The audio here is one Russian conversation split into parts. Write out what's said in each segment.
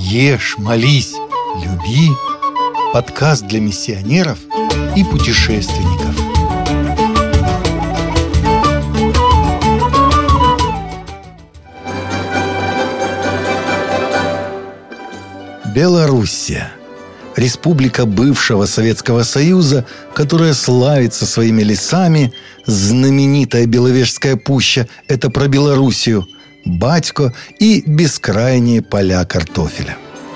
Ешь, молись, люби. Подкаст для миссионеров и путешественников. Белоруссия. Республика бывшего Советского Союза, которая славится своими лесами. Знаменитая Беловежская пуща – это про Белоруссию. Батько и бескрайние поля картофеля.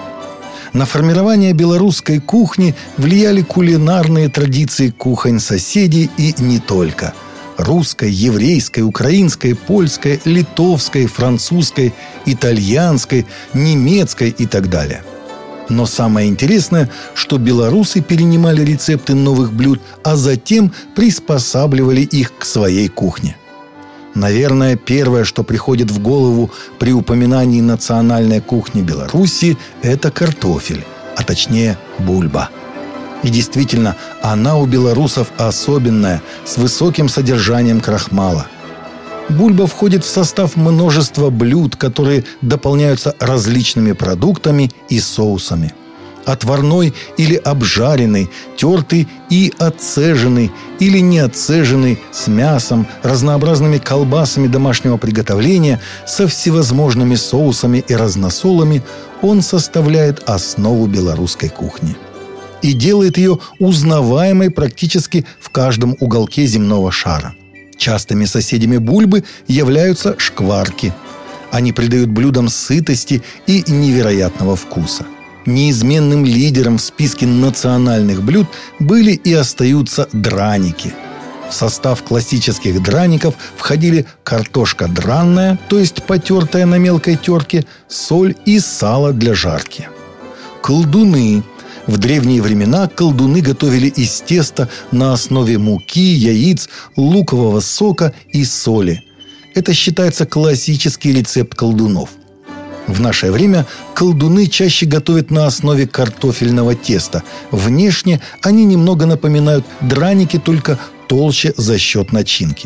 На формирование белорусской кухни влияли кулинарные традиции кухонь соседей и не только. Русской, еврейской, украинской, польской, литовской, французской, итальянской, немецкой и так далее. Но самое интересное, что белорусы перенимали рецепты новых блюд, а затем приспосабливали их к своей кухне. Наверное, первое, что приходит в голову при упоминании национальной кухни Беларуси, это картофель, а точнее бульба. И действительно, она у белорусов особенная, с высоким содержанием крахмала. Бульба входит в состав множества блюд, которые дополняются различными продуктами и соусами. Отварной или обжаренный, тертый и отцеженный или не отцеженный, с мясом, разнообразными колбасами домашнего приготовления, со всевозможными соусами и разносолами, он составляет основу белорусской кухни. И делает ее узнаваемой практически в каждом уголке земного шара. Частыми соседями бульбы являются шкварки. Они придают блюдам сытости и невероятного вкуса. Неизменным лидером в списке национальных блюд были и остаются драники. В состав классических драников входили картошка дранная, то есть потертая на мелкой терке, соль и сало для жарки. Колдуны. В древние времена колдуны готовили из теста на основе муки, яиц, лукового сока и соли. Это считается классический рецепт колдунов. В наше время колдуны чаще готовят на основе картофельного теста. Внешне они немного напоминают драники, только толще за счет начинки.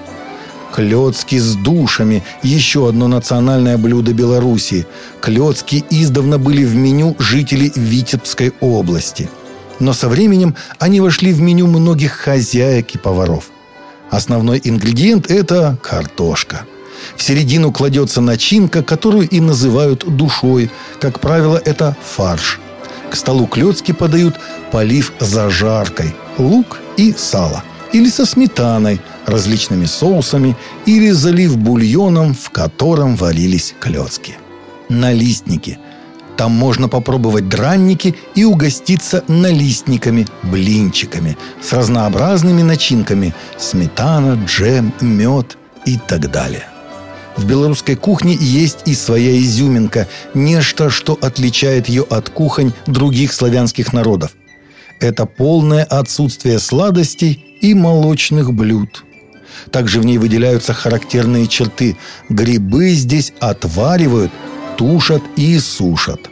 Клёцки с душами – еще одно национальное блюдо Белоруссии. Клёцки издавна были в меню жителей Витебской области. Но со временем они вошли в меню многих хозяек и поваров. Основной ингредиент – это картошка. В середину кладется начинка, которую и называют душой. Как правило, это фарш. К столу клёцки подают, полив зажаркой, лук и сало. Или со сметаной, различными соусами, или залив бульоном, в котором варились клёцки. Налистники. Там можно попробовать дранники и угоститься налистниками, блинчиками с разнообразными начинками – сметана, джем, мед и так далее. В белорусской кухне есть и своя изюминка, нечто, что отличает ее от кухонь других славянских народов. Это полное отсутствие сладостей и молочных блюд. Также в ней выделяются характерные черты. Грибы здесь отваривают, тушат и сушат.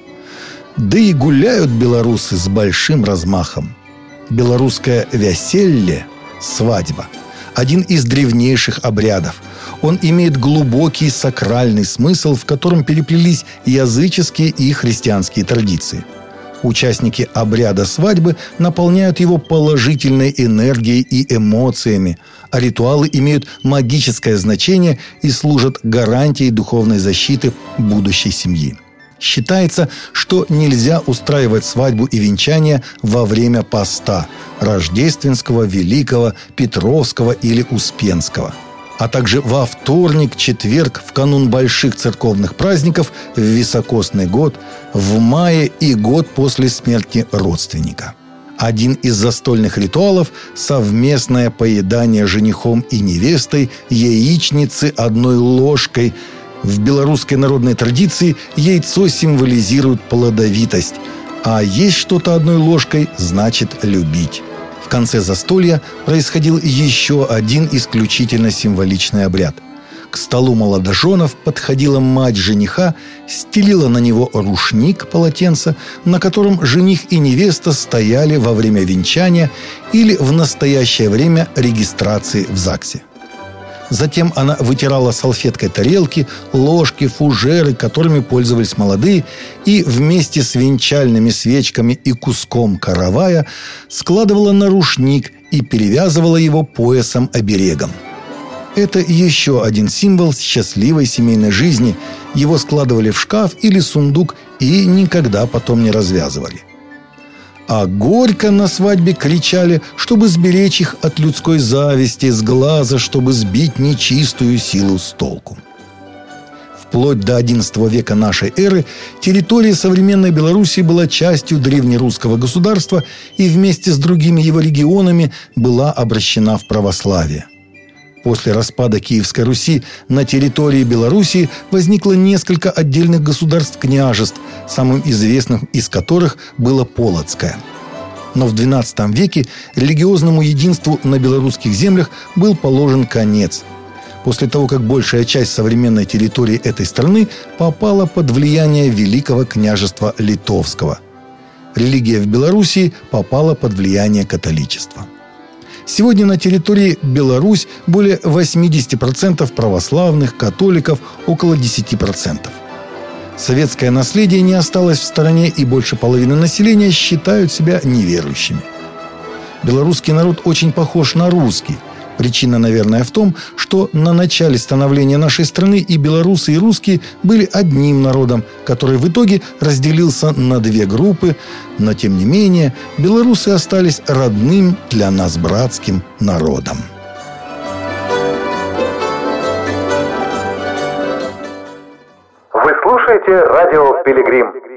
Да и гуляют белорусы с большим размахом. Белорусское веселье – свадьба. Один из древнейших обрядов. Он имеет глубокий сакральный смысл, в котором переплелись языческие и христианские традиции. Участники обряда свадьбы наполняют его положительной энергией и эмоциями, а ритуалы имеют магическое значение и служат гарантией духовной защиты будущей семьи. Считается, что нельзя устраивать свадьбу и венчание во время поста – рождественского, великого, петровского или успенского. А также во вторник, четверг, в канун больших церковных праздников, в високосный год, в мае и год после смерти родственника. Один из застольных ритуалов – совместное поедание женихом и невестой яичницы одной ложкой. В белорусской народной традиции яйцо символизирует плодовитость, а есть что-то одной ложкой – значит любить. В конце застолья происходил еще один исключительно символичный обряд. К столу молодоженов подходила мать жениха, стелила на него рушник, полотенце, на котором жених и невеста стояли во время венчания или в настоящее время регистрации в ЗАГСе. Затем она вытирала салфеткой тарелки, ложки, фужеры, которыми пользовались молодые, и вместе с венчальными свечками и куском каравая складывала на рушник и перевязывала его поясом-оберегом. Это еще один символ счастливой семейной жизни. Его складывали в шкаф или сундук и никогда потом не развязывали. А горько на свадьбе кричали, чтобы сберечь их от людской зависти, сглаза, чтобы сбить нечистую силу с толку. Вплоть до XI века нашей эры территория современной Белоруссии была частью древнерусского государства и вместе с другими его регионами была обращена в православие. После распада Киевской Руси на территории Белоруссии возникло несколько отдельных государств-княжеств, самым известным из которых было Полоцкое. Но в XII веке религиозному единству на белорусских землях был положен конец. После того, как большая часть современной территории этой страны попала под влияние Великого княжества Литовского. Религия в Белоруссии попала под влияние католичества. Сегодня на территории Беларусь более 80% православных, католиков около 10%. Советское наследие не осталось в стороне, и больше половины населения считают себя неверующими. Белорусский народ очень похож на русский. Причина, наверное, в том, что на начале становления нашей страны и белорусы, и русские были одним народом, который в итоге разделился на две группы, но, тем не менее, белорусы остались родным для нас братским народом. Вы слушаете радио «Пилигрим».